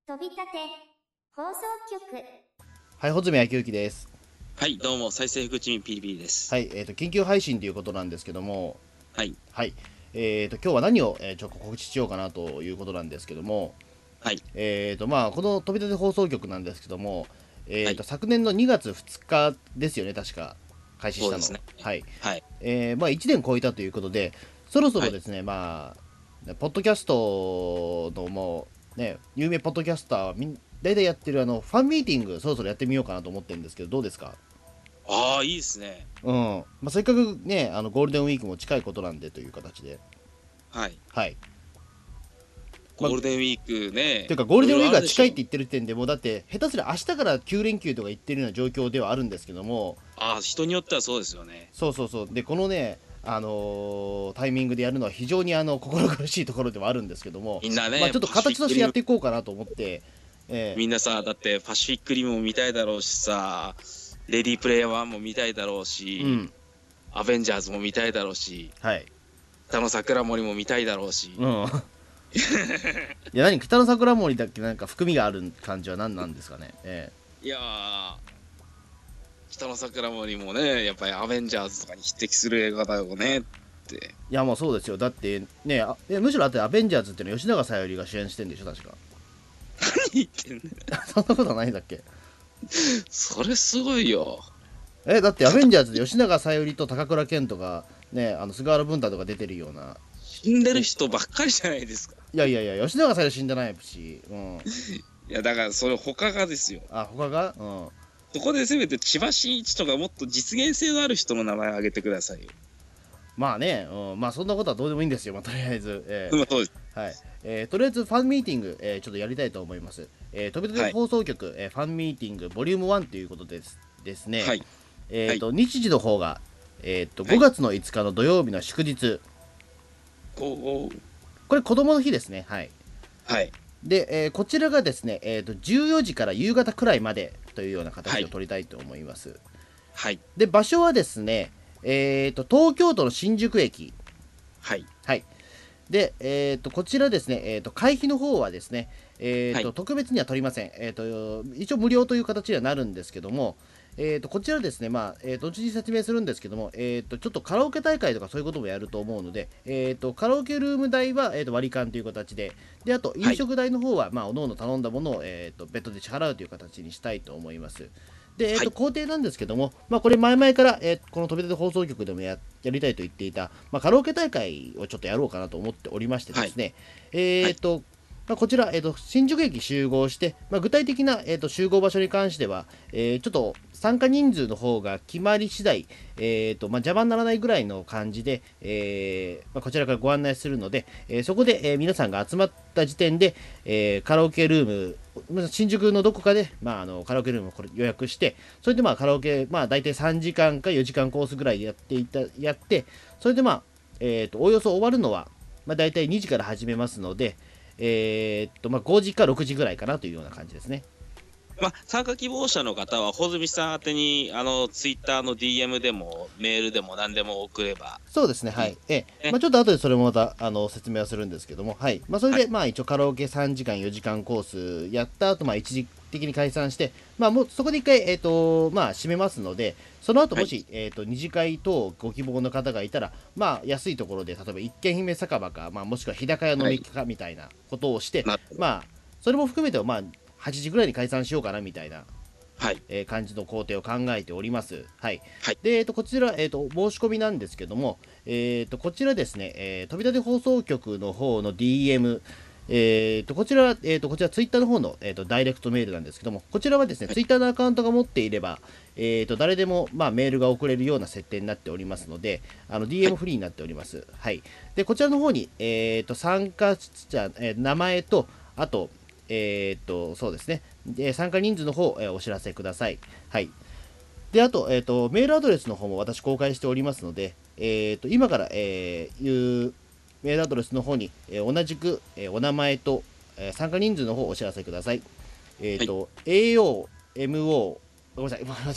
飛び立て放送局。 はい、穂積昭之です。 はい、どうも、再生福地民ピリピリです。 はい、緊急配信ということなんですけども、 はい、 はい、今日は何を、告知しようかなということなんですけども、 はい、 この飛び立て放送局なんですけども、 はい、 昨年の2月2日ですよね、確か開始したの。 そうですね。 はい、 はい、 1年超えたということで、そろそはい。 ろですね、ポッドキャストの有名ポッドキャスター、大体やってるファンミーティング、そろそろやってみようかなと思ってるんですけど、どうですか？ ああ、いいですね。 せっかくね、ゴールデンウィークも近いことなんでという形で、 はい。 はい。 ゴールデンウィークね、 というか、ゴールいろいデンウィークがろあるでしょう。 近いって言ってる時点でもう、だって、下手すりゃ明日から9連休とか言ってるような状況ではあるんですけども、 ああ、人によってはそうですよね。 そうそうそう、で、このね、タイミングでやるのは非常に心苦しいところではあるんですけども、 みんなね、 ちょっとパシフィ形としてやっックリム、 ていこうかなと思って、 みんなさ、だってパシフィックリムも見たいだろうしさ、レディープレイヤー1も見たいだろうし、アベンジャーズも見たいだろうし、 はい。 北の桜森も見たいだろうし。 いや、北の桜森だっけ、なんか含みがある感じは何なんですかね。 いやー、北の桜森もね、やっぱりアベンジャーズとかに匹敵する映画だよねって。 いや、もうそうですよ。だってね、むしろアベンジャーズっていうのは吉永小百合が主演してんでしょ、確か。 何言ってんの？ そんなことないんだっけ？ それすごいよ。 だってアベンジャーズで吉永小百合と高倉健とか、ね、菅原文太とか出てるような。 死んでる人ばっかりじゃないですか。 いやいやいや、吉永小百合死んでないし、 いや、だからそれ他がですよ。 他がそこでせめて千葉真一とかもっと実現性のある人の名前を挙げてくださいよ。 まあね、そんなことはどうでもいいんですよ、とりあえず。 そうです。 はい。とりあえずファンミーティング、ちょっとやりたいと思います。飛び出て放送局、ファンミーティングボリューム1ということですね。 はい。 日時の方が、5月の5日の土曜日の祝日。 おこれ子供の日ですね。はい。 はい。 で、こちらがですね、14時から夕方くらいまでというような形を取りたいと思います。 はい。 で、場所はですね、東京都の新宿駅。 はい。 はい。で、こちらですね、会費の方はですね、 はい。 特別には取りません。一応無料という形にはなるんですけども、こちらですね、後に説明するんですけども、ちょっとカラオケ大会とかそういうこともやると思うので、カラオケルーム代は、割り勘という形で、で、あと飲食代の方は、おのおの頼んだものを、別途で支払うという形にしたいと思います。で、工程なんですけども、これ前々から、この飛び出て放送局でもやりたいと言っていた、カラオケ大会をちょっとやろうかなと思っておりましてですね、こちら、新宿駅集合して、具体的な、集合場所に関しては、ちょっと参加人数の方が決まり次第、邪魔にならないぐらいの感じで、こちらからご案内するので、そこで、皆さんが集まった時点で、カラオケルーム、新宿のどこかで、カラオケルームを予約して、それでカラオケ、大体3時間か4時間コースぐらいやって、それでおおよそ終わるのは、大体2時から始めますので、5時か6時ぐらいかなというような感じですね。 参加希望者の方は、穂積さん宛てに、ツイッターの DM でも、メールでも何でも送れば。 そうですね、はい。ちょっと後でそれもまた、説明はするんですけども、はい。それで、一応カラオケ3時間、4時間コースやった後、一時的に解散して、もうそこで一回、締めますので、その後もし、二次会等ご希望の方がいたら、安いところで、例えば一軒姫酒場か、もしくは日高屋飲みかみたいなことをして、それも含めて、8時ぐらいに解散しようかなみたいな、感じの工程を考えております。はい。で、こちら、申し込みなんですけども、こちらですね、飛び立て放送局の方の DM、こちら、こちらツイッターの方の、ダイレクトメールなんですけども、こちらはですね、ツイッターのアカウントが持っていれば、誰でも、メールが送れるような設定になっておりますので、DM フリーになっております。はい。で、こちらの方に、参加者、名前と、あと、そうですね、参加人数の方、お知らせください。はい。で、あと、メールアドレスの方も私公開しておりますので、今から、いうメールアドレスの方に、同じく、お名前と、参加人数の方をお知らせください。AOMO、ごめんなさい、間違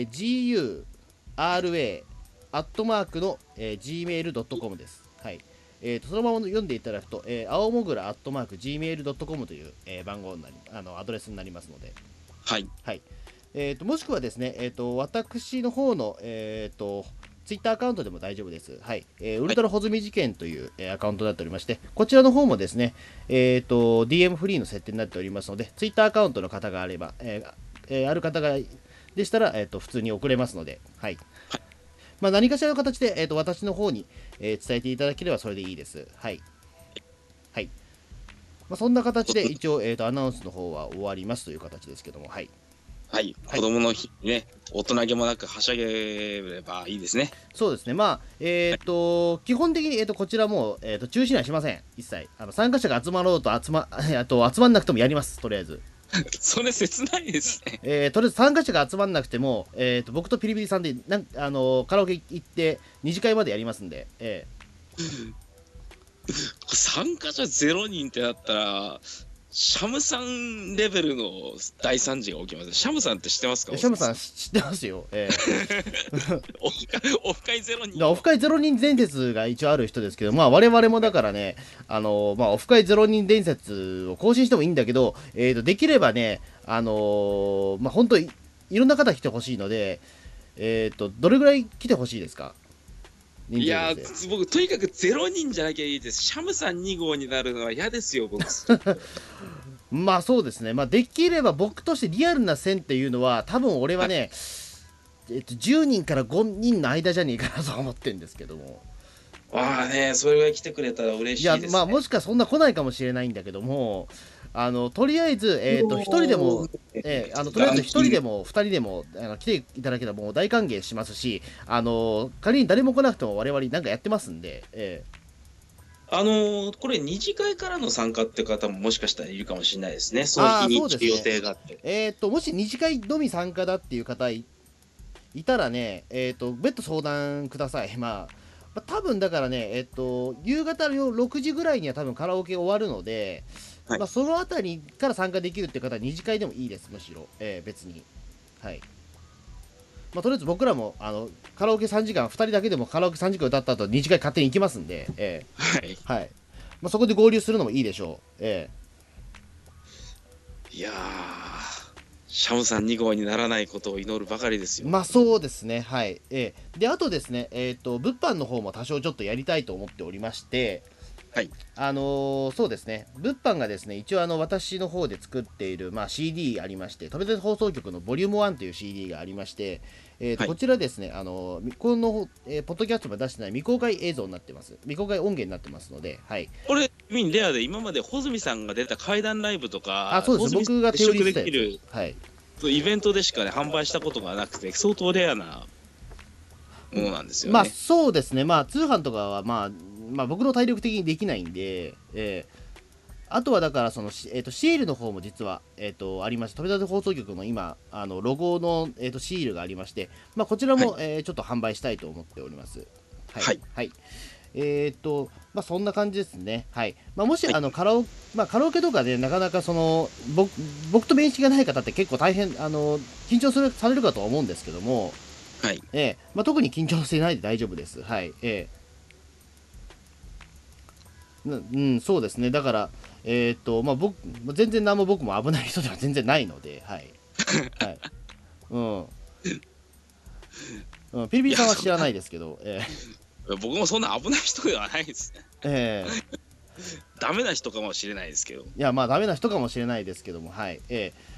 えた。AOMO、GURA、アットマークの、gmail.com です。はい。 そのまま読んでいただくと、青もぐら @gmail.com という、番号になりアドレスになりますので、 はい。 はい。もしくはですね、私の方の、ツイッターアカウントでも大丈夫です。はい。ウルトラホズミ事件という、アカウントになっておりまして、こちらの方もですね、DM フリーの設定になっておりますので、ツイッターアカウントの方があれば、ある方がでしたら、普通に送れますので、はい。まあ、何かしらの形で、私の方に、伝えていただければそれでいいです。はい。はい。まあ、そんな形で一応、アナウンスの方は終わりますという形ですけども、はい。 はい。子供の日にね、大人げもなくはしゃげればいいですね。 そうですね、まあ、基本的に、こちらも、中止にはしません、一切。参加者が集まろうと集まんなくてもやります、とりあえず。 それ切ないですね。 とりあえず参加者が集まんなくても、僕とピリピリさんでカラオケ行って2次会までやりますんで、 参加者0人ってなったら、シャムさんレベルの大惨事が起きます。シャムさんって知ってますか？ シャムさん知ってますよ。 オフ会0人。 オフ会0人伝説が一応ある人ですけど、まあ我々もだからね、まあオフ会0人伝説を更新してもいいんだけど、できればね、まあ本当いろんな方来てほしいので、どれぐらい来てほしいですか？ いや僕とにかく0人じゃなきゃいいです。シャムさん2号になるのは嫌ですよ、僕。 まあそうですね、まあ、できれば僕としてリアルな線っていうのは多分俺はね、10人から5人の間じゃねえかなと思ってるんですけども。 ああね、それぐらい来てくれたら嬉しいですね。 いや、まあもしかそんな来ないかもしれないんだけども、とりあえず、1人でも、とりあえず1人でも2人でも来ていただけたらもう大歓迎しますし、仮に誰も来なくても我々なんかやってますんで、 これ二次会からの参加って方ももしかしたらいるかもしれないですね。その日に行く予定があって。 もし二次会のみ参加だっていう方いたらね、別途相談ください。まあ、多分だからね、夕方の6時ぐらいには多分カラオケ終わるので、 はい、 まあ、そのあたりから参加できるって方は二次会でもいいです、むしろ。別に。はい。まあ、とりあえず僕らもカラオケ3時間、2人だけでもカラオケ3時間歌った後、二次会勝手に行きますんで、はい。まあ、そこで合流するのもいいでしょう。 いやー、シャムさん2号にならないことを祈るばかりですよ。 まあそうですね、はい。で、あとですね、物販の方も多少ちょっとやりたいと思っておりまして、 はい。 そうですね、物販がですね、一応私の方で作っている、まあ、CD ありまして、飛び出放送局のボリューム1という CD がありまして、 はい、 こちらですね、この、ポッドキャストも出してない未公開映像になってます。未公開音源になってますので、はい。 これ、レアで今まで穂積さんが出た怪談ライブとか、 そうです、僕が手売りしてたやつ。はい。 イベントでしかね、販売したことがなくて、相当レアなものなんですよね。 まあそうですね、まあ通販とかは、まあ僕の体力的にできないんで、あとはだからその、シールの方も実は、ありまして、飛び立て放送局の今、ロゴの、シールがありまして、まあ、こちらも、はい、ちょっと販売したいと思っております。はい。 はい。 はい、まあ、そんな感じですね。はい。まあ、もし、はい、カラオケとかで、なかなかその、僕と面識がない方って結構大変、緊張されるかとは思うんですけども、 はい。 まあ、特に緊張してないで大丈夫です。はい。そうですね。だから、まあ、全然僕も危ない人では全然ないので、はい。はい。ピリピリさんは知らないですけど、 僕もそんな危ない人ではないですね。ダメな人かもしれないですけど。 いや、まあ、ダメな人かもしれないですけども、はい。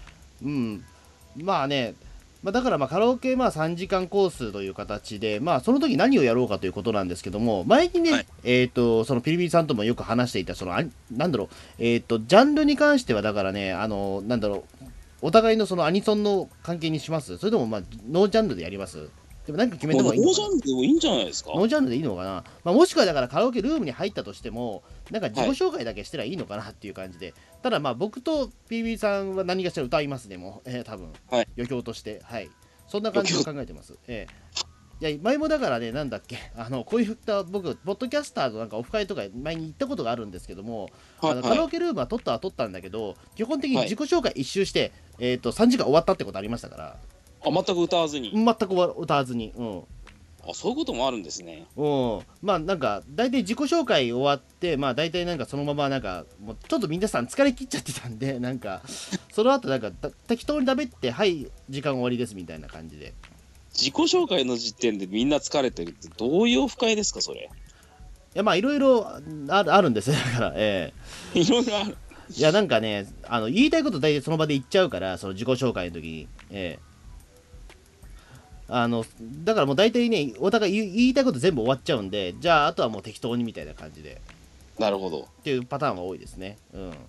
まあね、まあ、だからカラオケ3時間コースという形で、まあ、その時何をやろうかということなんですけども、前にね、はい、そのピリピリさんともよく話していた、なんだろう、ジャンルに関しては、だからね、なんだろう、お互いのそのアニソンの関係にします？それとも、ノージャンルでやります？でも何か決めてもいいのかな？ ノージャンルでもいいんじゃないですか？ ノージャンルでいいのかな？まあ、もしくはだからカラオケルームに入ったとしても、なんか自己紹介だけしてらいいのかなっていう感じで、はい、ただ僕と PB さんは何かしら歌いますでも、多分、はい、余興として、はい。そんな感じで考えてます。いや、前もだからね、なんだっけ、こういった僕、ポッドキャスターのなんかオフ会とか前に行ったことがあるんですけども、カラオケルームは取ったんだけど、基本的に自己紹介一周して、3時間終わったってことありましたから。 全く歌わずに。 全く歌わずに。 あ、そういうこともあるんですね。 まあなんか大体自己紹介終わってまあ大体なんかそのままなんかもうちょっと皆さん疲れ切っちゃってたんでなんかその後なんか適当に食べてはい時間終わりですみたいな感じで。 自己紹介の時点でみんな疲れてるってどういうオフ会ですか、それ。 いやまあいろいろあるんですよだからいろいろある。 いやなんかね言いたいこと大体その場で言っちゃうからその自己紹介の時にだからもう大体ねお互い言いたいこと全部終わっちゃうんでじゃああとはもう適当にみたいな感じでなるほど。 っていうパターンが多いですね。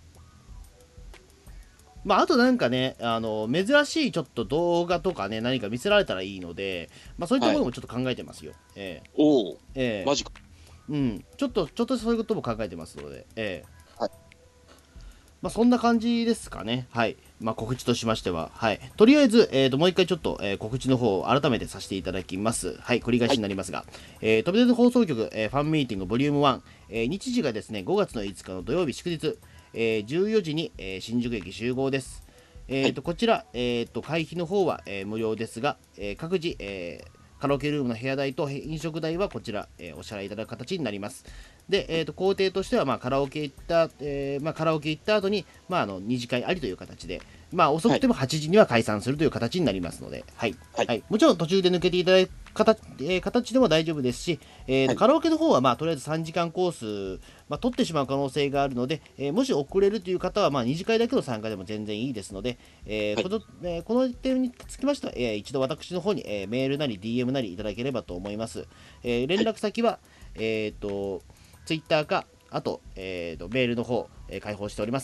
まああとなんかね珍しいちょっと動画とかね何か見せられたらいいのでまあそういったものもちょっと考えてますよ。 おお、マジか。 ちょっとそういうことも考えてますのではい。 まあそんな感じですかね。はい。まあ告知としましては、はい。とりあえず、もう一回ちょっと、告知の方を改めてさせていただきます。はい。繰り返しになりますが、飛び出ず放送局、ファンミーティングボリューム1、日時がですね、5月の5日の土曜日祝日、14時に、新宿駅集合です。こちら、会費の方は、無料ですが、各自、カラオケルームの部屋代と飲食代はこちら、お支払いいただく形になります。で、工程としては、カラオケ行った、カラオケ行った後に、二次会ありという形で、遅くても8時には解散するという形になりますので、はい。もちろん途中で抜けていただく形でも大丈夫ですし、カラオケの方は、とりあえず3時間コース、取ってしまう可能性があるので、もし遅れるという方は、二次会だけの参加でも全然いいですので、この点につきましては、一度私の方に、メールなり DM なりいただければと思います。連絡先は、ツイッターか、あと、メールの方、開放しております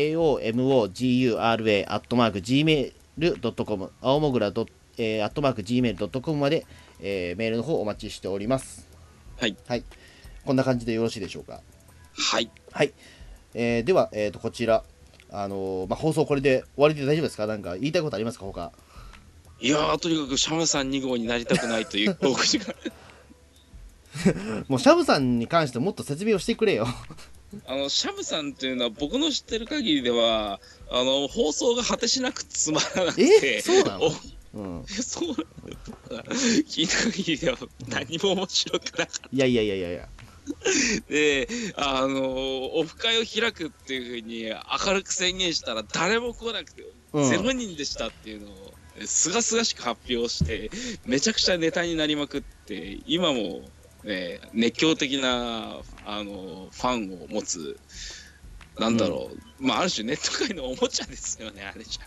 。aomogura@gmail.com 青もぐら@gmail.com まで、メールの方お待ちしております。 はい。 はい。こんな感じでよろしいでしょうか。 はい。 はい。では、こちら、放送これで終わりで大丈夫ですか？なんか言いたいことありますか？他。 いやー、とにかくシャムさん2号になりたくないという告知が。 もうシャムさんに関してもっと説明をしてくれよ。 シャムさんっていうのは僕の知ってる限りでは放送が果てしなくつまらなくて。 そうなの？ そう聞いた限りでは何も面白くなかった。 いや。 でオフ会を開くっていうふうに明るく宣言したら誰も来なくて、0人でしたっていうのをすがすがしく発表してめちゃくちゃネタになりまくって今も、熱狂的なファンを持つなんだろう、ある種ネット界のおもちゃですよねあれじゃ。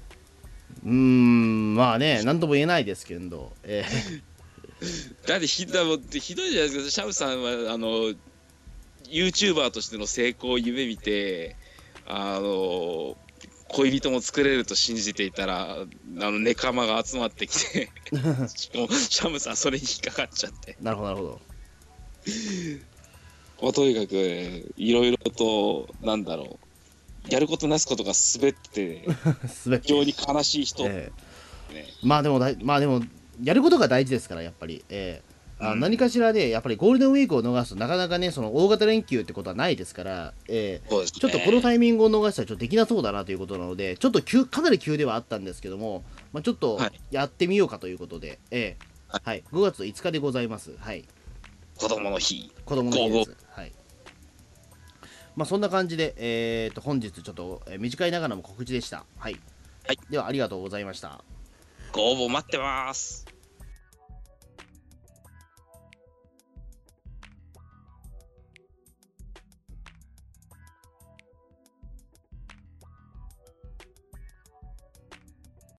まあね何とも言えないですけど、 だってひどいじゃないですか。シャムさんはYouTuber としての成功を夢見て恋人も作れると信じていたらネカマが集まってきてしかもシャムさんそれに引っかかっちゃって。 なるほどとにかくいろいろとなんだろうやることなすことが滑って非常に悲しい人、 まあでもやることが大事ですからやっぱり、何かしらでやっぱりゴールデンウィークを逃すとなかなかねその大型連休ってことはないですから、ちょっとこのタイミングを逃したらちょっとできなそうだなということなのでちょっとかなり急ではあったんですけども、ちょっとやってみようかということで、5月5日でございます。はい。 子供の日です。はい。そんな感じで、本日ちょっと、短いながらも告知でした。はい。ではありがとうございました。 ご応募待ってます。